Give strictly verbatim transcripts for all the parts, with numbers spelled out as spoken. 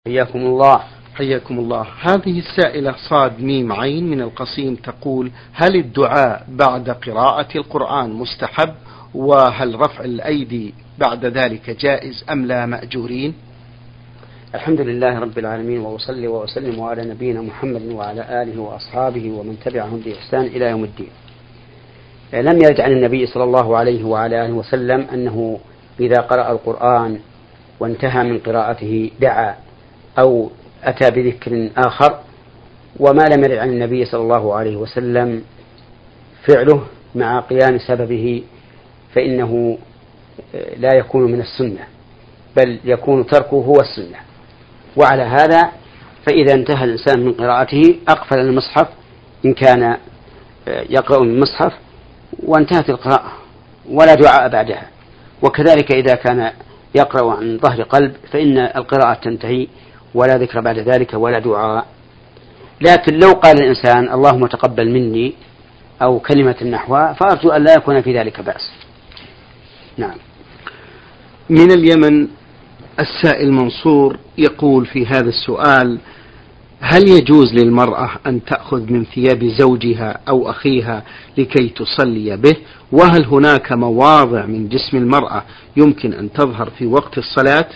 حياكم الله. حياكم الله. هذه السائلة صاد ميم عين من القصيم تقول: هل الدعاء بعد قراءة القرآن مستحب؟ وهل رفع الأيدي بعد ذلك جائز أم لا مأجورين؟ الحمد لله رب العالمين، وأصلي وأسلم على نبينا محمد وعلى آله وأصحابه ومن تبعهم بإحسان إلى يوم الدين. لم يرد عن النبي صلى الله عليه وعلى آله وسلم أنه إذا قرأ القرآن وانتهى من قراءته دعا أو أتى بذكر آخر، وما لم يرد عن النبي صلى الله عليه وسلم فعله مع قيام سببه فإنه لا يكون من السنة، بل يكون تركه هو السنة. وعلى هذا فإذا انتهى الإنسان من قراءته أقفل المصحف إن كان يقرأ من المصحف وانتهت القراءة ولا دعاء بعدها، وكذلك إذا كان يقرأ عن ظهر قلب فإن القراءة تنتهي ولا ذكر بعد ذلك ولا دعاء. لكن لو قال الإنسان اللهم تقبل مني أو كلمة نحوها فأرجو أن لا يكون في ذلك بأس. نعم. من اليمن السائل منصور يقول في هذا السؤال: هل يجوز للمرأة أن تأخذ من ثياب زوجها أو أخيها لكي تصلي به؟ وهل هناك مواضع من جسم المرأة يمكن أن تظهر في وقت الصلاة؟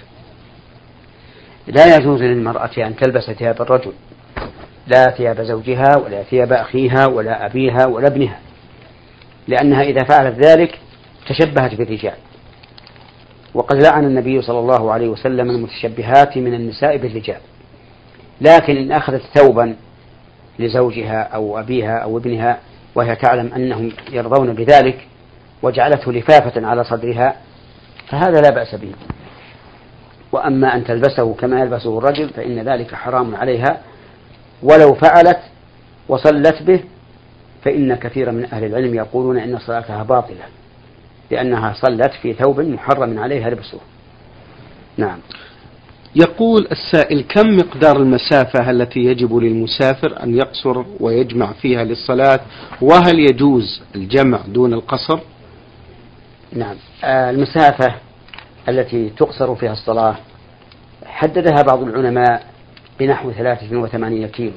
لا يجوز للمرأة أن تلبس ثياب الرجل، لا ثياب زوجها ولا ثياب أخيها ولا أبيها ولا ابنها، لأنها إذا فعلت ذلك تشبهت بالرجال، وقد لعن النبي صلى الله عليه وسلم المتشبهات من النساء بالرجال. لكن إن أخذت ثوبا لزوجها أو أبيها أو ابنها وهي تعلم أنهم يرضون بذلك وجعلته لفافة على صدرها فهذا لا بأس به. وأما أن تلبسه كما يلبسه الرجل فإن ذلك حرام عليها، ولو فعلت وصلت به فإن كثيرا من أهل العلم يقولون إن صلاتها باطلة لأنها صلت في ثوب محرم عليها لبسه. نعم. يقول السائل: كم مقدار المسافة التي يجب للمسافر أن يقصر ويجمع فيها للصلاة؟ وهل يجوز الجمع دون القصر؟ نعم. آه المسافة التي تقصر فيها الصلاة حددها بعض العلماء بنحو ثلاثة وثمانين كيلو،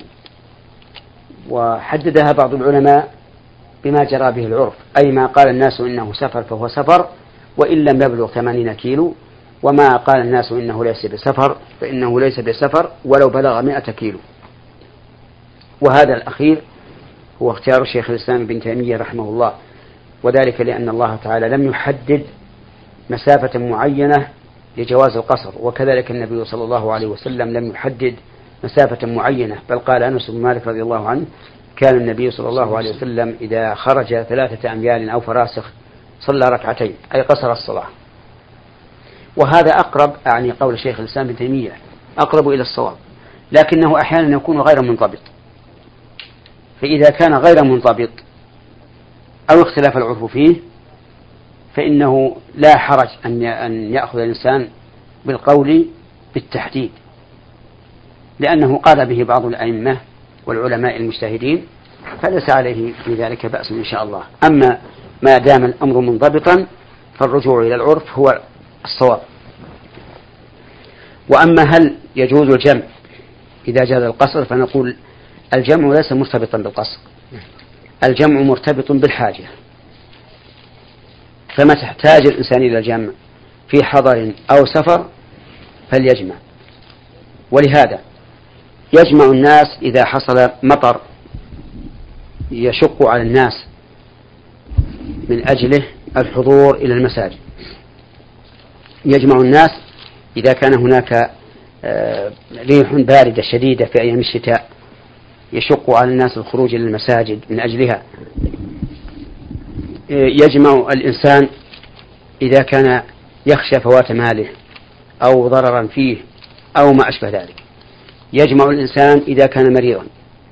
وحددها بعض العلماء بما جرى به العرف، أي ما قال الناس إنه سفر فهو سفر وإن لم يبلغ ثمانين كيلو، وما قال الناس إنه ليس بسفر فإنه ليس بسفر ولو بلغ مئة كيلو. وهذا الأخير هو اختيار شيخ الإسلام ابن تيمية رحمه الله، وذلك لأن الله تعالى لم يحدد مسافة معينة لجواز القصر، وكذلك النبي صلى الله عليه وسلم لم يحدد مسافة معينة، بل قال أنس بن مالك رضي الله عنه: كان النبي صلى الله عليه وسلم إذا خرج ثلاثة أميال أو فراسخ صلى ركعتين، أي قصر الصلاة. وهذا أقرب، أعني قول شيخ الإسلام ابن تيمية، أقرب إلى الصواب، لكنه أحيانا يكون غير منضبط. فإذا كان غير منضبط أو اختلاف العرف فيه فإنه لا حرج أن يأخذ الإنسان بالقول بالتحديد، لأنه قال به بعض الأئمة والعلماء المجتهدين، فليس عليه في ذلك بأس إن شاء الله. أما ما دام الأمر منضبطا فالرجوع إلى العرف هو الصواب. وأما هل يجوز الجمع إذا جاز القصر، فنقول الجمع ليس مرتبطا بالقصر، الجمع مرتبط بالحاجة، فما تحتاج الإنسان إلى الجمع في حضر أو سفر فليجمع. ولهذا يجمع الناس إذا حصل مطر يشق على الناس من أجله الحضور إلى المساجد، يجمع الناس إذا كان هناك ريح باردة شديدة في أيام الشتاء يشق على الناس الخروج إلى المساجد من أجلها، يجمع الإنسان إذا كان يخشى فوات ماله أو ضررا فيه أو ما أشبه ذلك، يجمع الإنسان إذا كان مريضا.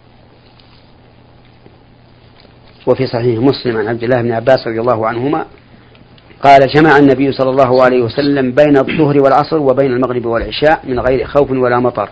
وفي صحيح مسلم عن عبد الله بن عباس رضي الله عنهما قال: جمع النبي صلى الله عليه وسلم بين الظهر والعصر وبين المغرب والعشاء من غير خوف ولا مطر.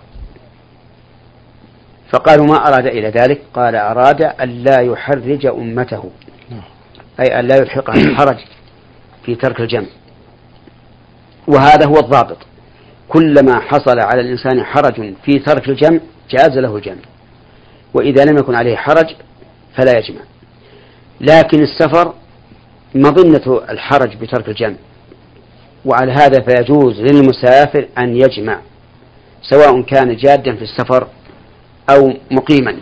فقالوا: ما أراد إلى ذلك؟ قال: أراد أن لا يحرج أمته، أي أن لا يلحقها الحرج في ترك الجمع. وهذا هو الضابط، كلما حصل على الإنسان حرج في ترك الجمع جاز له الجمع، وإذا لم يكن عليه حرج فلا يجمع. لكن السفر مظنة الحرج بترك الجمع، وعلى هذا فيجوز للمسافر أن يجمع سواء كان جادا في السفر أو مقيما،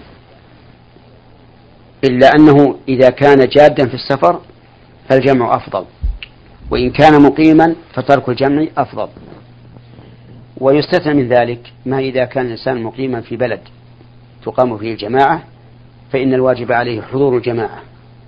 إلا أنه إذا كان جادا في السفر فالجمع أفضل، وإن كان مقيما فترك الجمع أفضل. ويستثنى من ذلك ما إذا كان الإنسان مقيما في بلد تقام فيه الجماعة فإن الواجب عليه حضور الجماعة،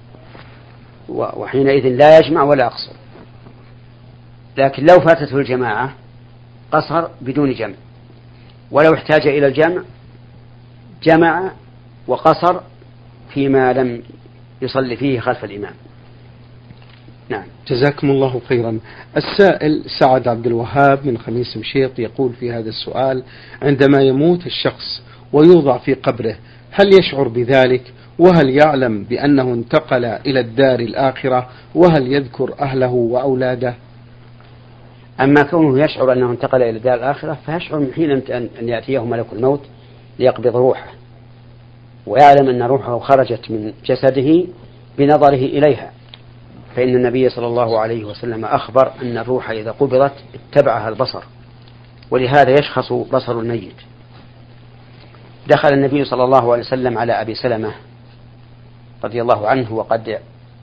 وحينئذ لا يجمع ولا أقصر. لكن لو فاتته الجماعة قصر بدون جمع، ولو احتاج إلى الجمع جمع وقصر فيما لم يصلي فيه خلف الإمام. نعم. جزاكم الله خيرا. السائل سعد عبد الوهاب من خميس مشيط يقول في هذا السؤال: عندما يموت الشخص ويوضع في قبره هل يشعر بذلك؟ وهل يعلم بأنه انتقل إلى الدار الآخرة؟ وهل يذكر أهله وأولاده؟ أما كونه يشعر أنه انتقل إلى الدار الآخرة فيشعر من حين أن يأتيه ملك الموت ليقبض روحه، ويعلم أن روحه خرجت من جسده بنظره إليها، فإن النبي صلى الله عليه وسلم أخبر أن الروح إذا قبضت اتبعها البصر، ولهذا يشخص بصر الميت. دخل النبي صلى الله عليه وسلم على أبي سلمة رضي الله عنه وقد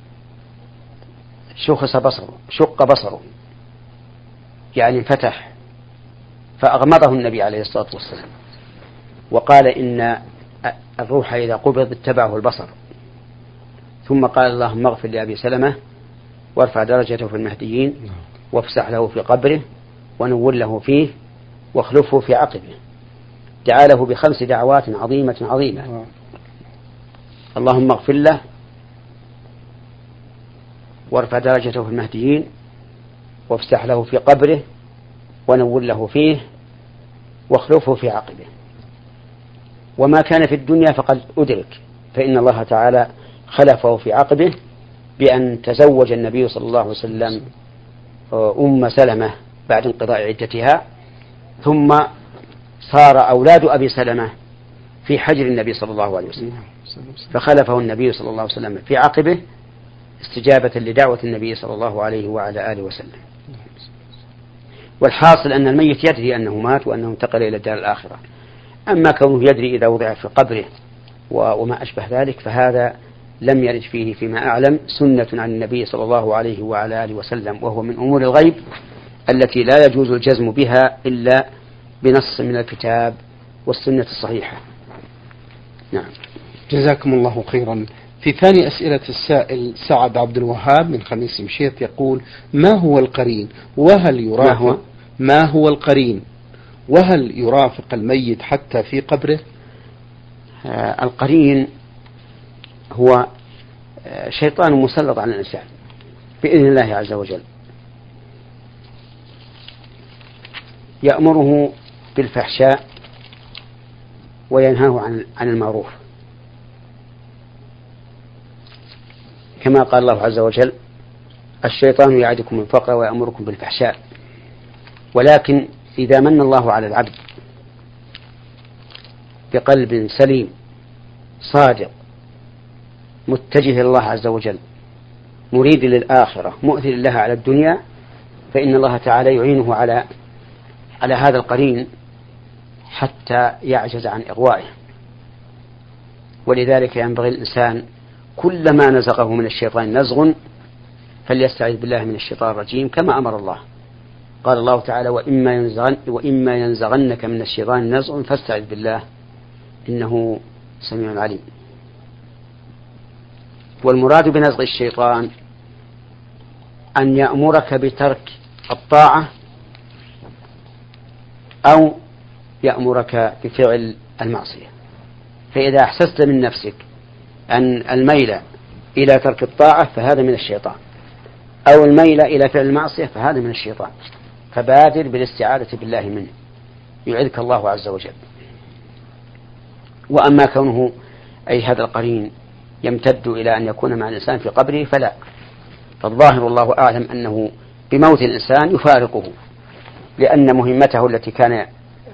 شخص بصره شق بصره يعني انفتح، فأغمضه النبي عليه الصلاة والسلام وقال إن الروح إذا قبض اتبعه البصر، ثم قال: اللهم اغفر لأبي سلمة وارفع درجته في المهديين وافسح له في قبره ونور له فيه واخلفه في عقبه. دعا له بخمس دعوات عظيمة عظيمة: اللهم اغفر له وارفع درجته في المهديين وافسح له في قبره ونور له فيه واخلفه في عقبه. وما كان في الدنيا فقد أدرك، فإن الله تعالى خلفه في عقبه بأن تزوج النبي صلى الله عليه وسلم أم سلمة بعد انقضاء عدتها، ثم صار أولاد أبي سلمة في حجر النبي صلى الله عليه وسلم، فخلفه النبي صلى الله عليه وسلم في عقبه استجابة لدعوة النبي صلى الله عليه وعلى آله وسلم. والحاصل أن الميت يدري أنه مات وأنه انتقل إلى الدار الآخرة. أما كونه يدري إذا وضع في قبره وما أشبه ذلك فهذا لم يرد فيه فيما أعلم سنة عن النبي صلى الله عليه وعلى آله وسلم، وهو من أمور الغيب التي لا يجوز الجزم بها إلا بنص من الكتاب والسنة الصحيحة. نعم. جزاكم الله خيرا. في ثاني أسئلة السائل سعد عبد الوهاب من خميس مشيط يقول: ما هو القرين؟ وهل يرافق ما هو, ما هو القرين؟ وهل يرافق الميت حتى في قبره؟ آه القرين هو آه شيطان مسلط على الإنسان بإذن الله عز وجل، يأمره بالفحشاء وينهاه عن عن المعروف، كما قال الله عز وجل: الشيطان يعدكم الفقر ويأمركم بالفحشاء. ولكن إذا من الله على العبد بقلب سليم صادق متجه الله عز وجل مريد للآخرة مؤثر لها على الدنيا، فإن الله تعالى يعينه على على هذا القرين حتى يعجز عن إغوائه. ولذلك ينبغي الإنسان كلما نزغه من الشيطان نزغ فليستعذ بالله من الشيطان الرجيم كما أمر الله. قال الله تعالى: وإما ينزغن وإما ينزغنك من الشيطان نزغ فاستعذ بالله إنه سميع عليم. والمراد بنزغ الشيطان أن يأمرك بترك الطاعة أو يأمرك بفعل المعصية. فإذا أحسست من نفسك أن الميل إلى ترك الطاعة فهذا من الشيطان، أو الميل إلى فعل المعصية فهذا من الشيطان، فبادر بالاستعاذة بالله منه يعذك الله عز وجل. وأما كونه أي هذا القرين يمتد إلى أن يكون مع الإنسان في قبره فلا، فالظاهر الله أعلم أنه بموت الإنسان يفارقه لأن مهمته التي كان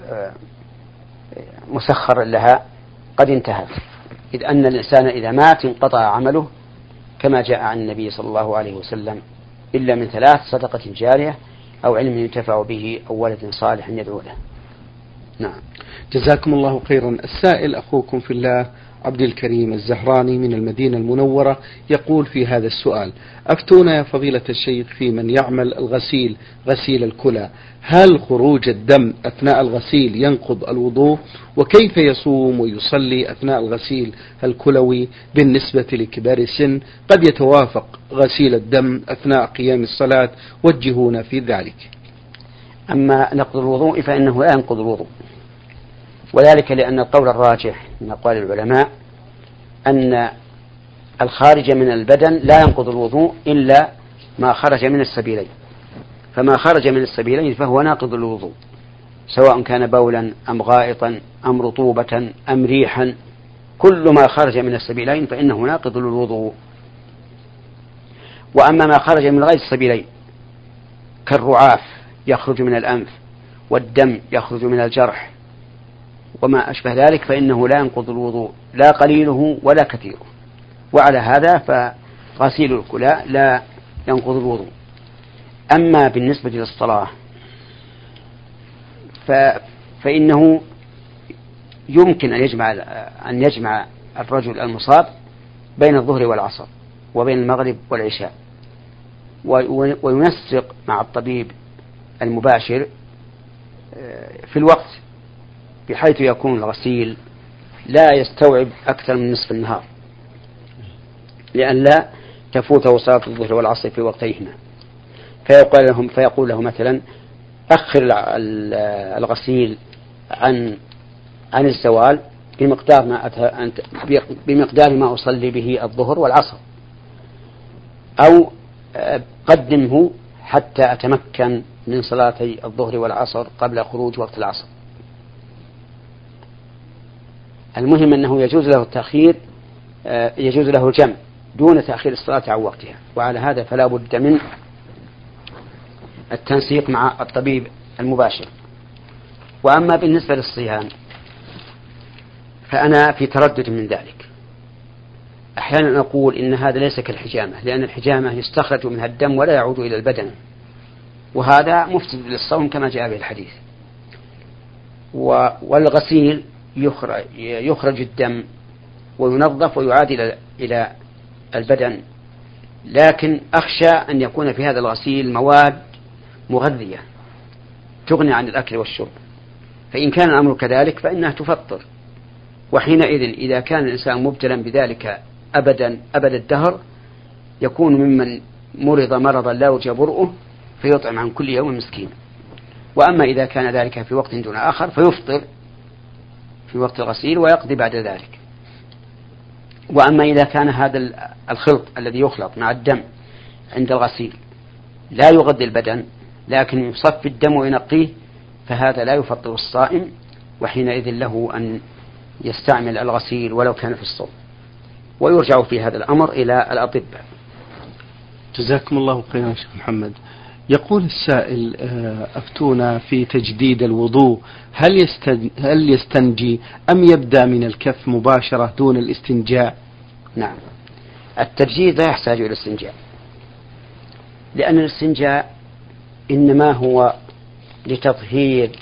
مسخرا لها قد انتهت، إذ أن الإنسان إذا مات انقطع عمله كما جاء عن النبي صلى الله عليه وسلم إلا من ثلاث: صدقة جارية أو علم ينتفع به أو ولد صالح يدعو له. نعم. جزاكم الله خيرا. السائل أخوكم في الله عبد الكريم الزهراني من المدينة المنورة يقول في هذا السؤال: أفتونا يا فضيلة الشيخ في من يعمل الغسيل غسيل الكلى، هل خروج الدم أثناء الغسيل ينقض الوضوء؟ وكيف يصوم ويصلي أثناء الغسيل الكلوي بالنسبة لكبار السن؟ قد يتوافق غسيل الدم أثناء قيام الصلاة، وجهونا في ذلك. أما نقض الوضوء فإنه لا ينقض الوضوء، وذلك لأن القول الراجح من أقوال العلماء أن الخارج من البدن لا ينقض الوضوء إلا ما خرج من السبيلين، فما خرج من السبيلين فهو ناقض الوضوء، سواء كان بولا أم غائطا أم رطوبة أم ريحا، كل ما خرج من السبيلين فإنه ناقض للوضوء. وأما ما خرج من غير السبيلين كالرعاف يخرج من الأنف والدم يخرج من الجرح وما أشبه ذلك فإنه لا ينقض الوضوء لا قليله ولا كثيره، وعلى هذا فغسيل الكلى لا ينقض الوضوء. أما بالنسبة للصلاة فإنه يمكن أن يجمع أن يجمع الرجل المصاب بين الظهر والعصر وبين المغرب والعشاء، وينسق مع الطبيب المباشر في الوقت بحيث يكون الغسيل لا يستوعب أكثر من نصف النهار لئلا تفوته صلاة الظهر والعصر في وقتيهما، فيقول لهم فيقول له مثلا: أخر الغسيل عن عن الزوال بمقدار ما بمقدار ما أصلي به الظهر والعصر، أو قدمه حتى أتمكن من صلاتي الظهر والعصر قبل خروج وقت العصر. المهم أنه يجوز له التأخير، يجوز له الجمع دون تأخير الصلاة عن وقتها، وعلى هذا فلا بد من التنسيق مع الطبيب المباشر. وأما بالنسبة للصيام فأنا في تردد من ذلك. أحيانا أقول إن هذا ليس كالحجامة، لأن الحجامة يستخرج منها الدم ولا يعود إلى البدن، وهذا مفسد للصوم كما جاء به الحديث. والغسيل يخرج, يخرج الدم وينظف ويعاد إلى البدن، لكن أخشى أن يكون في هذا الغسيل مواد مغذية تغني عن الأكل والشرب، فإن كان الأمر كذلك فإنها تفطر، وحينئذ إذا كان الإنسان مبتلا بذلك أبدا أبد الدهر يكون ممن مرض مرضا لا يرجى برؤه فيطعم عن كل يوم مسكين. وأما إذا كان ذلك في وقت دون آخر فيفطر في وقت الغسيل ويقضي بعد ذلك. وأما إذا كان هذا الخلط الذي يخلط مع الدم عند الغسيل لا يغذي البدن لكن يصفي الدم وينقيه فهذا لا يفطر الصائم، وحينئذ له أن يستعمل الغسيل ولو كان في الصوم، ويرجع في هذا الأمر إلى الأطباء. جزاكم الله خيرا شيخ محمد. يقول السائل: أفتونا في تجديد الوضوء، هل هل يستنجي أم يبدأ من الكف مباشرة دون الاستنجاء؟ نعم، التجديد لا يحتاج إلى الاستنجاء، لأن الاستنجاء إنما هو لتطهير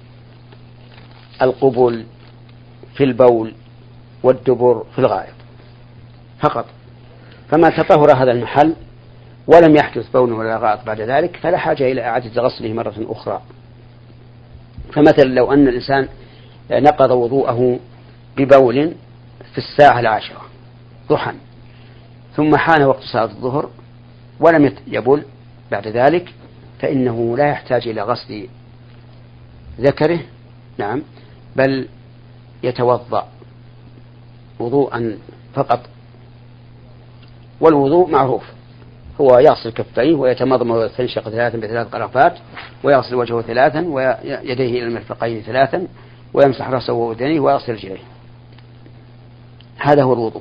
القبل في البول والدبر في الغائط فقط، فما تطهر هذا المحل ولم يحدث بول ولا غائط بعد ذلك فلا حاجة إلى إعادة غسله مرة أخرى. فمثلا لو أن الإنسان نقض وضوءه ببول في الساعة العاشرة ضحى ثم حان وقت صلاة الظهر ولم يبل بعد ذلك فإنه لا يحتاج إلى غسل ذكره، نعم، بل يتوضأ وضوءا فقط. والوضوء معروف هو يغسل كفيه ويتمضمض ويستنشق ثلاثا بثلاث غرفات ويغسل وجهه ثلاثا ويديه إلى المرفقين ثلاثا ويمسح رأسه وأذنيه ويغسل رجليه، هذا هو الوضوء.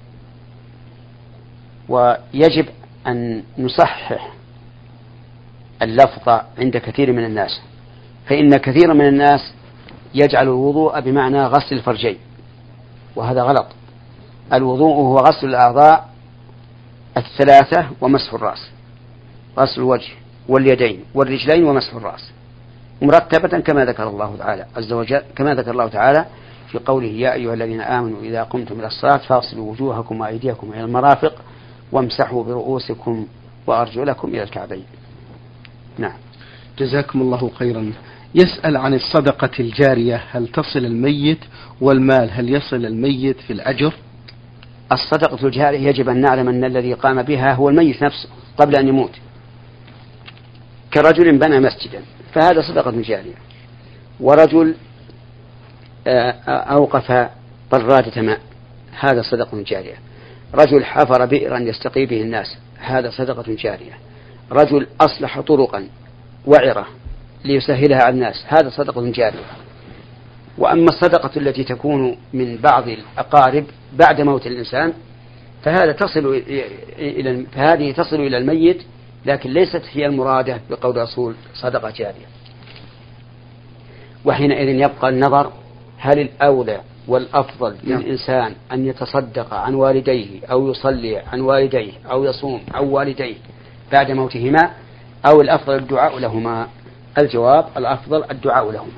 ويجب أن نصحح اللفظ عند كثير من الناس، فإن كثير من الناس يجعل الوضوء بمعنى غسل الفرجين، وهذا غلط. الوضوء هو غسل الأعضاء الثلاثة ومسح الرأس، غسل الوجه واليدين والرجلين ومسح الرأس، مرتبة كما ذكر الله تعالى عز وجل، كما ذكر الله تعالى في قوله: يا أيها الذين آمنوا إذا قمتم إلى الصلاة فاغسلوا وجوهكم وأيديكم إلى المرافق وامسحوا برؤوسكم وأرجلكم إلى الكعبين. نعم. جزاكم الله خيرا. يسأل عن الصدقة الجارية، هل تصل الميت؟ والمال هل يصل الميت في الأجر؟ الصدقة الجارية يجب أن نعلم أن الذي قام بها هو الميت نفسه قبل أن يموت، كرجل بنى مسجدا فهذا صدقة جارية، ورجل أوقف برادة ماء هذا صدقة جارية، رجل حفر بئرا يستقي به الناس هذا صدقة جارية، رجل أصلح طرقا وعرة ليسهلها على الناس هذا صدقة جارية. وأما الصدقة التي تكون من بعض الأقارب بعد موت الإنسان فهذا تصل إلى فهذه تصل إلى الميت، لكن ليست هي المرادة بقول رسول صدقة جارية. وحينئذ يبقى النظر هل الأولى والأفضل للإنسان أن يتصدق عن والديه أو يصلي عن والديه أو يصوم عن والديه بعد موتهما، أو الأفضل الدعاء لهما. الجواب: الأفضل الدعاء لهما،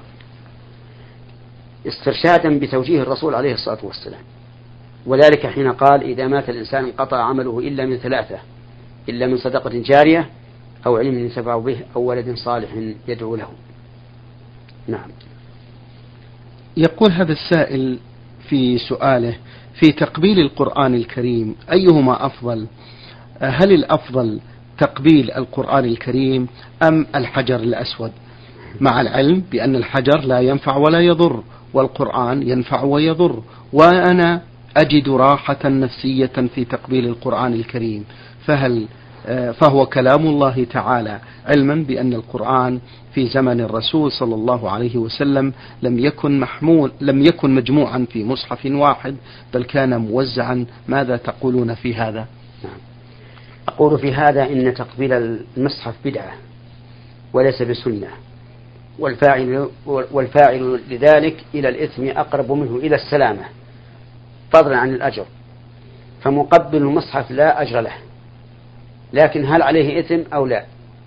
استرشادا بتوجيه الرسول عليه الصلاة والسلام، وذلك حين قال: إذا مات الإنسان انقطع عمله إلا من ثلاثة، إلا من صدقة جارية أو علم ينتفع به أو ولد صالح يدعو له. نعم. يقول هذا السائل في سؤاله: في تقبيل القرآن الكريم أيهما أفضل؟ هل الأفضل تقبيل القرآن الكريم أم الحجر الأسود؟ مع العلم بأن الحجر لا ينفع ولا يضر، والقرآن ينفع ويضر، وأنا أجد راحة نفسية في تقبيل القرآن الكريم، فهل فهو كلام الله تعالى، علما بأن القرآن في زمن الرسول صلى الله عليه وسلم لم يكن محمول لم يكن مجموعا في مصحف واحد، بل كان موزعا. ماذا تقولون في هذا؟ أقول في هذا إن تقبيل المصحف بدعة وليس بسنة، والفاعل, والفاعل لذلك إلى الإثم أقرب منه إلى السلامة فضلا عن الأجر، فمقبل المصحف لا أجر له، لكن هل عليه إثم أو لا؟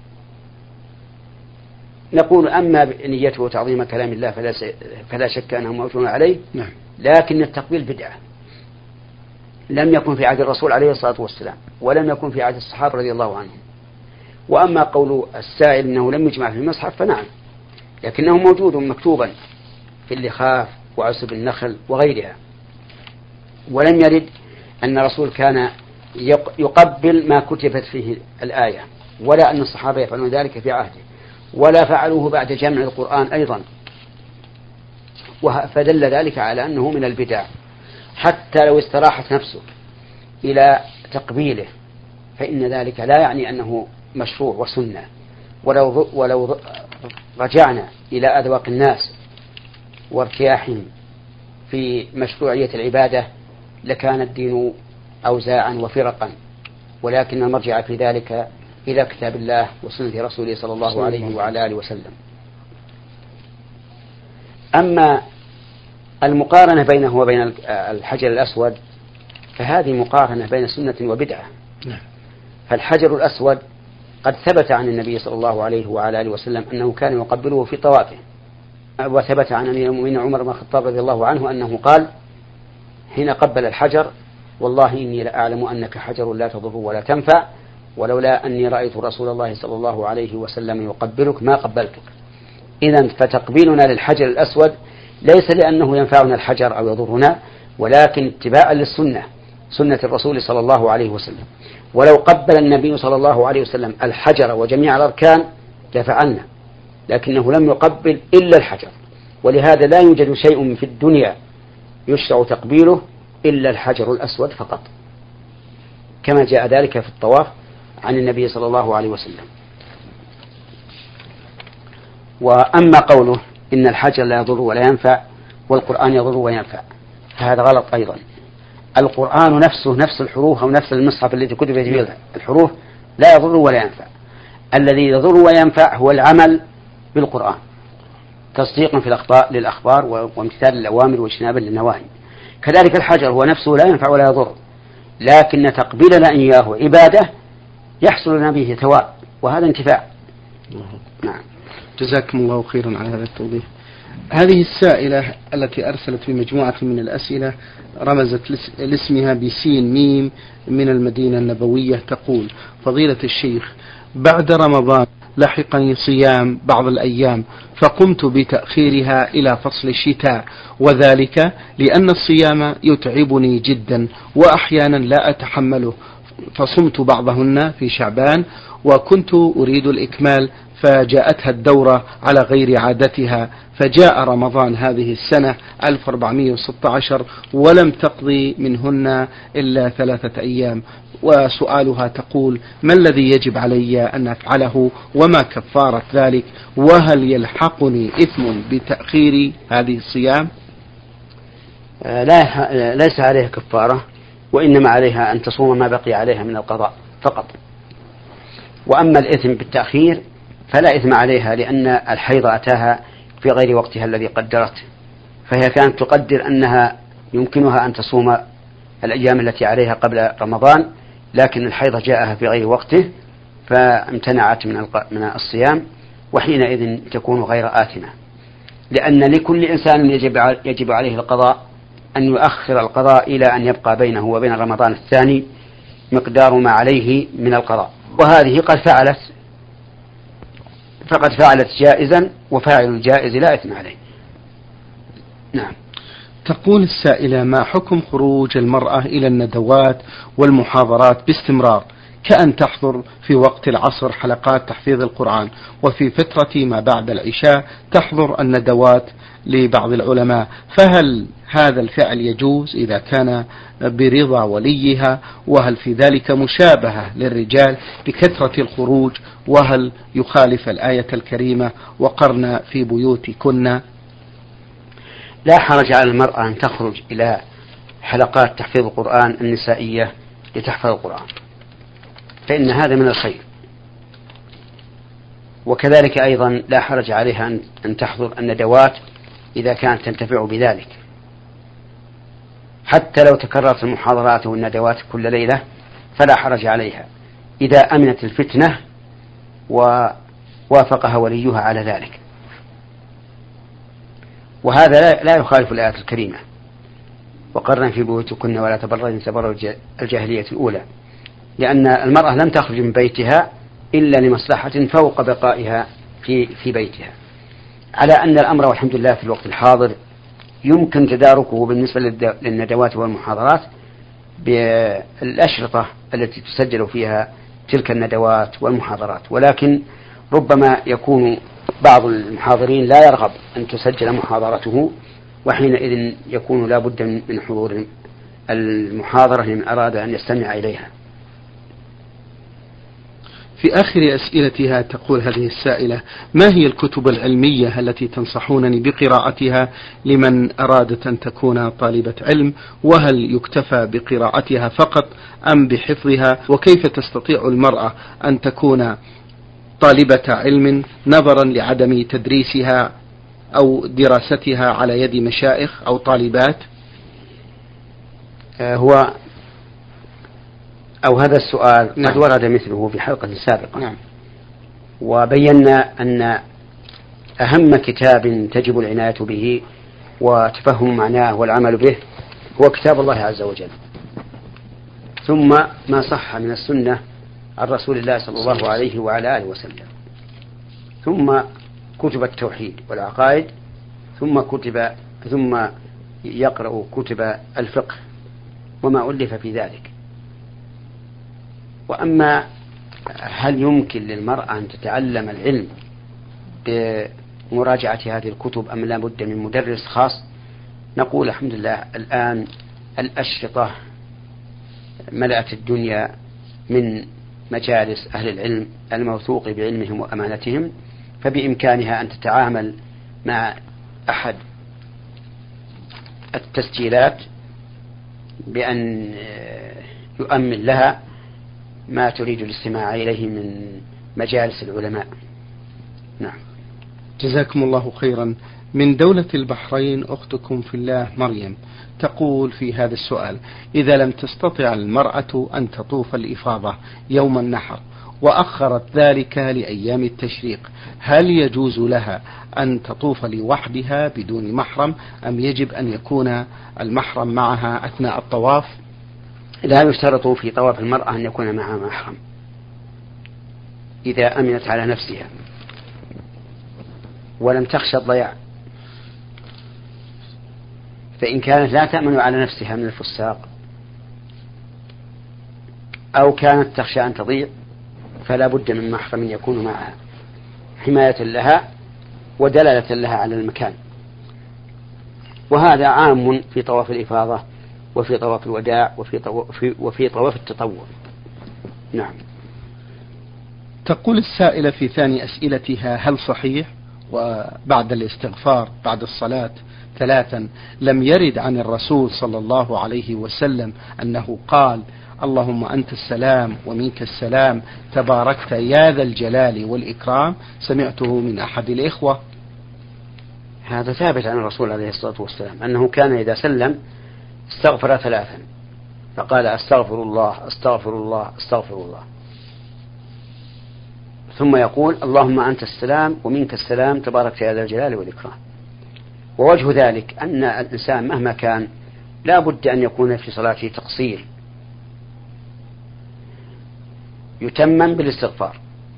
نقول: أما نيته تعظيم كلام الله فلا, فلا شك أنه موجود عليه، لكن التقبيل بدعة لم يكن في عهد الرسول عليه الصلاة والسلام، ولم يكن في عهد الصحابة رضي الله عنهم. وأما قول السائل أنه لم يجمع في المصحف فنعم، لكنه موجود مكتوبا في اللخاف وعصب النخل وغيرها، ولم يرد أن الرسول كان يقبل ما كتبت فيه الآية، ولا أن الصحابة يفعلون ذلك في عهده، ولا فعلوه بعد جمع القرآن أيضا، فدل ذلك على أنه من البدع. حتى لو استراحت نفسه إلى تقبيله فإن ذلك لا يعني أنه مشروع وسنة. ولو, ولو رجعنا إلى أذواق الناس وارتياحهم في مشروعية العبادة لكان الدين أوزاعا وفرقا، ولكن المرجع في ذلك إلى كتاب الله وسنة رسوله صلى الله عليه وعلى آله وسلم. أما المقارنة بينه وبين الحجر الأسود فهذه مقارنة بين سنة وبدعة. فالحجر الأسود قد ثبت عن النبي صلى الله عليه وعلى آله وسلم أنه كان يقبله في طوافه، وثبت عن أمير المؤمنين عمر بن الخطاب رضي الله عنه أنه قال حين قبل الحجر: والله إني لأعلم أنك حجر لا تضر ولا تنفع، ولولا أني رأيت رسول الله صلى الله عليه وسلم يقبلك ما قبلتك. إذن فتقبيلنا للحجر الأسود ليس لأنه ينفعنا الحجر أو يضرنا، ولكن اتباعا للسنة، سنة الرسول صلى الله عليه وسلم. ولو قبل النبي صلى الله عليه وسلم الحجر وجميع الأركان لفعلنا، لكنه لم يقبل إلا الحجر، ولهذا لا يوجد شيء في الدنيا يشرع تقبيله إلا الحجر الأسود فقط، كما جاء ذلك في الطواف عن النبي صلى الله عليه وسلم. وأما قوله إن الحجر لا يضر ولا ينفع والقرآن يضر وينفع فهذا غلط أيضا. القرآن نفسه نفس الحروف أو نفس المصحف الذي كتب فيه الحروف لا يضر ولا ينفع. الذي يضر وينفع هو العمل بالقرآن تصديقا في الأخبار للأخبار وامتثال الأوامر واجتنابا للنواهي. كذلك الحجر هو نفسه لا ينفع ولا يضر، لكن تقبيلنا إياه عبادة يحصل لنا به ثواب، وهذا انتفاع. نعم. جزاكم الله خيرا على هذا التوضيح. هذه السائلة التي أرسلت بمجموعة من الأسئلة رمزت لاسمها بسين ميم من المدينة النبوية، تقول: فضيلة الشيخ، بعد رمضان لحقني صيام بعض الأيام فقمت بتأخيرها إلى فصل الشتاء، وذلك لأن الصيام يتعبني جدا وأحيانا لا أتحمله، فصمت بعضهن في شعبان وكنت أريد الإكمال، فجاءتها الدورة على غير عادتها، فجاء رمضان هذه السنة ألف وأربعمائة وستة عشر ولم تقضي منهن إلا ثلاثة أيام. وسؤالها تقول: ما الذي يجب علي أن أفعله وما كفارة ذلك، وهل يلحقني إثم بتأخير هذه الصيام؟ لا، ليس عليها كفارة، وإنما عليها أن تصوم ما بقي عليها من القضاء فقط. وأما الإثم بالتأخير فلا إثم عليها، لأن الحيض أتاها في غير وقتها الذي قدرته، فهي كانت تقدر أنها يمكنها أن تصوم الأيام التي عليها قبل رمضان، لكن الحيض جاءها في غير وقته فامتنعت من الصيام، وحينئذ تكون غير آثمة، لأن لكل إنسان يجب, يجب عليه القضاء أن يؤخر القضاء إلى أن يبقى بينه وبين رمضان الثاني مقدار ما عليه من القضاء، وهذه قد فعلت فقد فعلت جائزا، وفاعل الجائز لا إثم عليه. نعم. تقول السائلة: ما حكم خروج المرأة إلى الندوات والمحاضرات باستمرار، كأن تحضر في وقت العصر حلقات تحفيظ القرآن، وفي فترة ما بعد العشاء تحضر الندوات لبعض العلماء، فهل هذا الفعل يجوز إذا كان برضا وليها؟ وهل في ذلك مشابهة للرجال بكثرة الخروج؟ وهل يخالف الآية الكريمة: وقرن في بيوتكن؟ لا حرج على المرأة أن تخرج إلى حلقات تحفيظ القرآن النسائية لتحفظ القرآن، فإن هذا من الخير. وكذلك أيضا لا حرج عليها أن تحضر الندوات إذا كانت تنتفع بذلك، حتى لو تكررت المحاضرات والندوات كل ليلة فلا حرج عليها إذا أمنت الفتنة ووافقها وليها على ذلك. وهذا لا يخالف الآية الكريمة: وقرن في بيوتكن ولا تبرجن تبرج الجاهلية الأولى، لأن المرأة لم تخرج من بيتها إلا لمصلحة فوق بقائها في في بيتها، على أن الأمر والحمد لله في الوقت الحاضر يمكن تداركه بالنسبة للندوات والمحاضرات بالأشرطة التي تسجل فيها تلك الندوات والمحاضرات، ولكن ربما يكون بعض المحاضرين لا يرغب أن تسجل محاضرته، وحينئذ يكون لا بد من حضور المحاضرة لمن أراد أن يستمع إليها. في آخر أسئلتها تقول هذه السائلة: ما هي الكتب العلمية التي تنصحونني بقراءتها لمن أرادت أن تكون طالبة علم؟ وهل يكتفى بقراءتها فقط أم بحفظها؟ وكيف تستطيع المرأة أن تكون طالبة علم نظرا لعدم تدريسها أو دراستها على يد مشايخ أو طالبات؟ هو أو هذا السؤال نعم. قد ورد مثله في حلقة سابقة. نعم. وبينا أن أهم كتاب تجب العناية به وتفهم معناه والعمل به هو كتاب الله عز وجل، ثم ما صح من السنة عن رسول الله صلى الله عليه وعلى آله وسلم، ثم كتب التوحيد والعقائد، ثم كتب ثم يقرأ كتب الفقه وما ألف في ذلك. وأما هل يمكن للمرأة أن تتعلم العلم بمراجعة هذه الكتب أم لا بد من مدرس خاص؟ نقول الحمد لله الآن الأشرطة ملأت الدنيا من مجالس أهل العلم الموثوق بعلمهم وأمانتهم، فبإمكانها أن تتعامل مع أحد التسجيلات بأن يؤمن لها ما تريد الاستماع إليه من مجالس العلماء. نعم. جزاكم الله خيرا. من دولة البحرين أختكم في الله مريم تقول في هذا السؤال: إذا لم تستطع المرأة أن تطوف الإفاضة يوم النحر وأخرت ذلك لأيام التشريق، هل يجوز لها أن تطوف لوحدها بدون محرم، أم يجب أن يكون المحرم معها أثناء الطواف؟ لا يشترط في طواف المرأة أن يكون معها محرم إذا أمنت على نفسها ولم تخشى الضياع. فإن كانت لا تأمن على نفسها من الفساق أو كانت تخشى أن تضيع فلا بد من محرم يكون معها حماية لها ودلالة لها على المكان. وهذا عام في طواف الإفاضة وفي طواف الوداع وفي طواف, وفي طواف التطوع. نعم. تقول السائلة في ثاني أسئلتها: هل صحيح وبعد الاستغفار بعد الصلاة ثلاثا لم يرد عن الرسول صلى الله عليه وسلم أنه قال: اللهم أنت السلام ومنك السلام تباركت يا ذا الجلال والإكرام؟ سمعته من أحد الإخوة. هذا ثابت عن الرسول عليه الصلاة والسلام أنه كان إذا سلم استغفر ثلاثا، فقال: أستغفر الله أستغفر الله أستغفر الله، ثم يقول: اللهم أنت السلام ومنك السلام تباركت يا ذا الجلال والإكرام. ووجه ذلك أن الإنسان مهما كان لا بد أن يكون في صلاته تقصير يتمم بالاستغفار.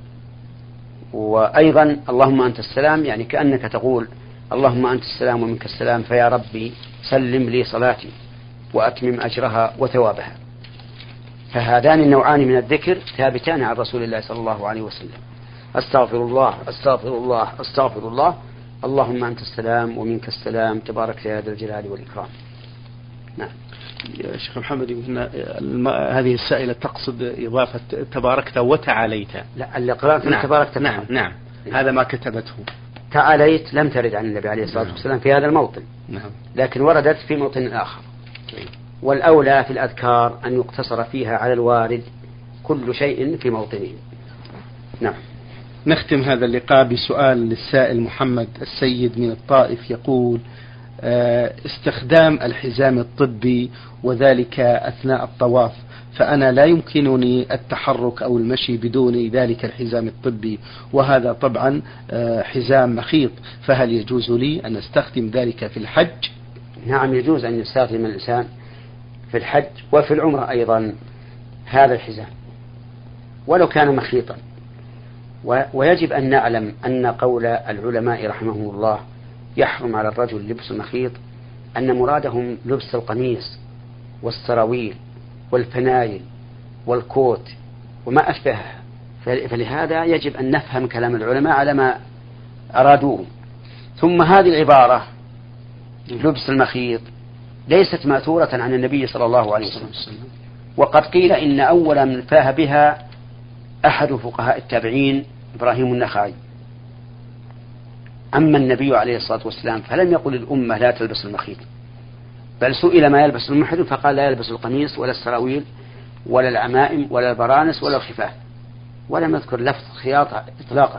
وأيضا اللهم أنت السلام يعني كأنك تقول: اللهم أنت السلام ومنك السلام، فيا ربي سلم لي صلاتي وأتمم أجرها وثوابها. فهذان النوعان من الذكر ثابتان عن رسول الله صلى الله عليه وسلم: أستغفر الله أستغفر الله أستغفر الله، اللهم أنت السلام ومنك السلام تبارك يا ذا الجلال والإكرام. نعم. يا شيخ محمد، هذه السائلة تقصد إضافة تباركت وتعاليت. لا، اللي قرأت نعم. تباركت. نعم. نعم. هذا ما كتبته. تعاليت لم ترد عن النبي عليه الصلاة والسلام في هذا الموطن. نعم. لكن وردت في موطن آخر. والأولى في الأذكار أن يقتصر فيها على الوارد كل شيء في موطنه. نعم. نختم هذا اللقاء بسؤال للسائل محمد السيد من الطائف يقول: استخدام الحزام الطبي وذلك أثناء الطواف، فأنا لا يمكنني التحرك أو المشي بدون ذلك الحزام الطبي، وهذا طبعا حزام مخيط، فهل يجوز لي أن أستخدم ذلك في الحج؟ نعم، يجوز أن يستخدم الإنسان في الحج وفي العمرة أيضا هذا الحزام ولو كان مخيطا. ويجب أن نعلم أن قول العلماء رحمهم الله يحرم على الرجل لبس المخيط أن مرادهم لبس القميص والسراويل والفنايل والكوت وما أشبهها. فلهذا يجب أن نفهم كلام العلماء على ما أرادوه. ثم هذه العبارة لبس المخيط ليست ماثورة عن النبي صلى الله عليه وسلم، وقد قيل إن أول من فاه بها أحد فقهاء التابعين إبراهيم النخعي. أما النبي عليه الصلاة والسلام فلم يقل الأمة لا تلبس المخيط، بل سئل ما يلبس المحرم فقال: لا يلبس القميص ولا السراويل ولا العمائم ولا البرانس ولا الخفاف، ولم يذكر لفظ خياطة إطلاقا.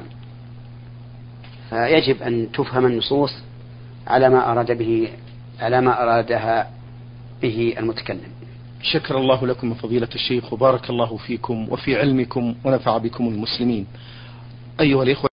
فيجب أن تفهم النصوص على ما أراد به على ما أرادها به المتكلم. شكر الله لكم فضيلة الشيخ، وبارك الله فيكم وفي علمكم ونفع بكم المسلمين. أيها الإخوة